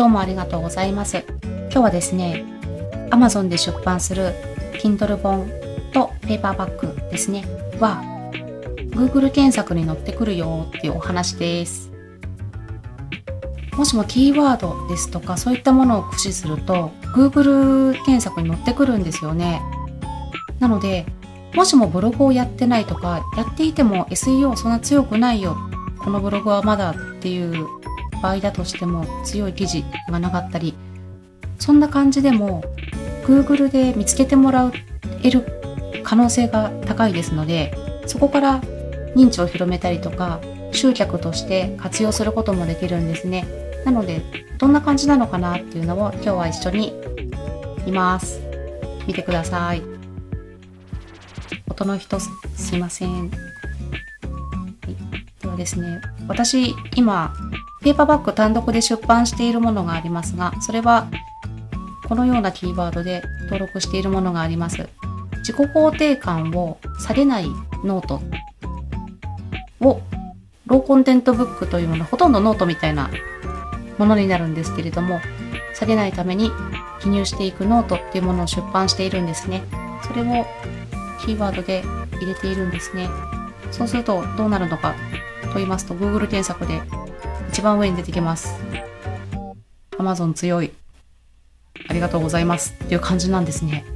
どうもありがとうございます。今日はですね、Amazon で出版する Kindle 本とペーパーバッグですねは Google 検索に載ってくるよっていうお話です。もしもキーワードですとかそういったものを駆使すると Google 検索に載ってくるんですよね。なので、もしもブログをやってないとか、やっていても SEO そんな強くないよ、このブログはまだっていう場合だとしても強い記事がなかったり、そんな感じでも Google で見つけてもらえる可能性が高いですので、そこから認知を広めたりとか集客として活用することもできるんですね。なのでどんな感じなのかなっていうのを今日は一緒に見ます。見てください。音の人すいません。ではですね、私今ペーパーバッグ単独で出版しているものがありますが、それはこのようなキーワードで登録しているものがあります。自己肯定感を下げないノートをローコンテントブックというもの、ほとんどノートみたいなものになるんですけれども、下げないために記入していくノートっていうものを出版しているんですね。それをキーワードで入れているんですね。そうするとどうなるのかと言いますと、 Google 検索で一番上に出てきます。 Amazon 強い、ありがとうございますっていう感じなんですね。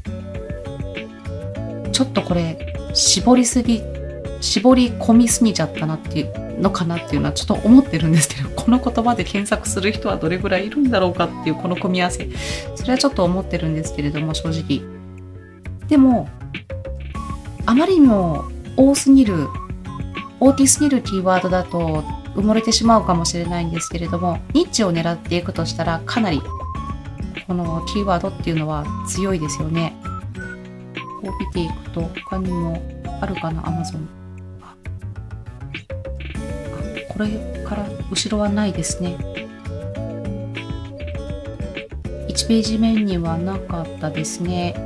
ちょっとこれ絞り込みすぎちゃったなっていうのかなっていうのはちょっと思ってるんですけど、この言葉で検索する人はどれぐらいいるんだろうかっていうこの組み合わせ、それはちょっと思ってるんですけれども、正直でもあまりにも大きすぎるキーワードだと埋もれてしまうかもしれないんですけれども、ニッチを狙っていくとしたらかなりこのキーワードっていうのは強いですよね。こう見ていくと他にもあるかな。 Amazon、これから後ろはないですね。1ページ目にはなかったですね。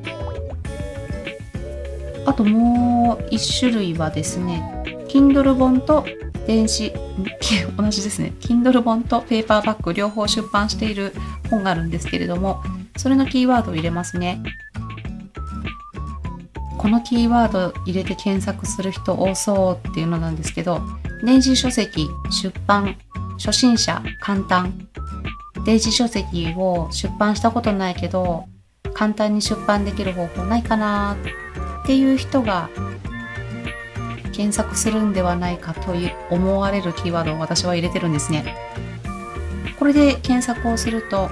あともう1種類はですね、Kindle 本と同じですね。Kindle 本とペーパーバッグ両方出版している本があるんですけれども、それのキーワードを入れますね。このキーワード入れて検索する人多そうっていうのなんですけど、電子書籍出版初心者簡単、電子書籍を出版したことないけど簡単に出版できる方法ないかなっていう人が検索するんではないかと思われるキーワードを私は入れてるんですね。これで検索をすると、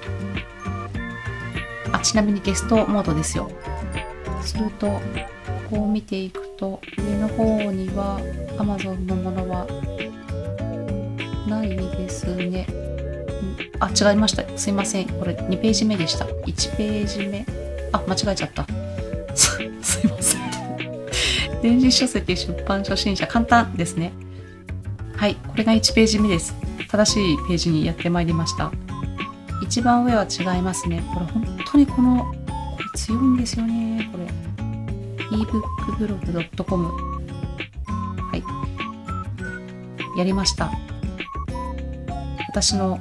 ちなみにゲストモードですよ。するとこう見ていくと上の方には Amazon のものはないですね。違いました。すいません。これ2ページ目でした。1ページ目。間違えちゃった。すいません。電子書籍出版初心者簡単ですね。はい、これが1ページ目です。正しいページにやってまいりました。一番上は違いますね。これ本当にこれ強いんですよね。これ ebookblog.com、 はい、やりました。私の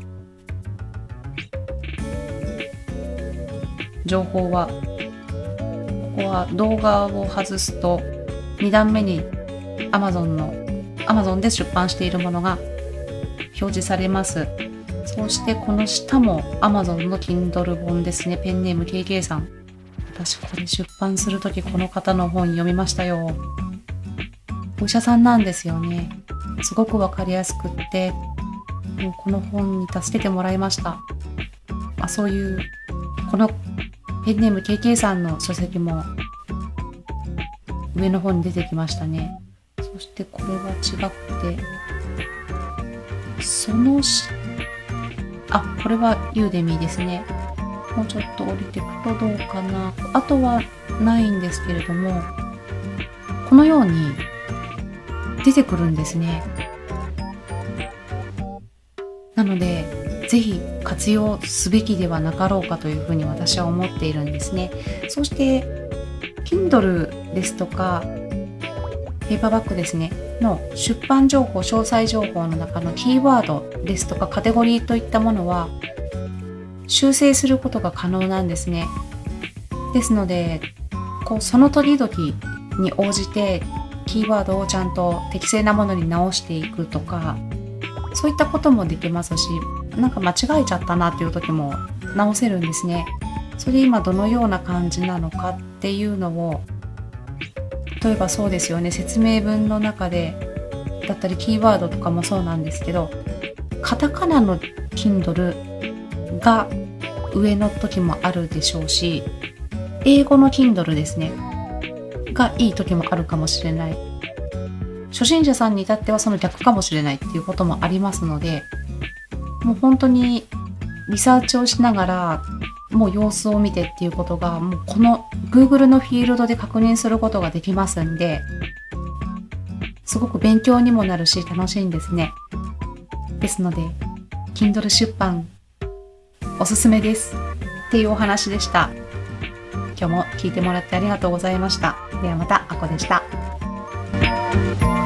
情報は、ここは動画を外すと2段目に Amazon で出版しているものが表示されます。そしてこの下も Amazon の Kindle 本ですね。ペンネーム KK さん。私これ出版するときこの方の本読みましたよ。お医者さんなんですよね。すごくわかりやすくって、もうこの本に助けてもらいました。そういうこのペンネーム KK さんの書籍も上の方に出てきましたね。そしてこれは違くて、これはユーデミーですね。もうちょっと降りていくとどうかな。あとはないんですけれども、このように出てくるんですね。なのでぜひ活用すべきではなかろうかというふうに私は思っているんですね。そして Kindle ですとかペーパーバッグですねの出版情報、詳細情報の中のキーワードですとかカテゴリーといったものは修正することが可能なんですね。ですので、その時々に応じてキーワードをちゃんと適正なものに直していくとか、そういったこともできますし、なんか間違えちゃったなっていう時も直せるんですね。それで今どのような感じなのかっていうのを、例えばそうですよね、説明文の中でだったりキーワードとかもそうなんですけど、カタカナの Kindle が上の時もあるでしょうし、英語の Kindle ですねがいい時もあるかもしれない。初心者さんに至ってはその逆かもしれないっていうこともありますので、もう本当にリサーチをしながらもう様子を見てっていうことが、もうこの Google のフィールドで確認することができますんで、すごく勉強にもなるし楽しいんですね。ですので Kindle 出版おすすめですっていうお話でした。今日も聞いてもらってありがとうございました。ではまた、あこでした。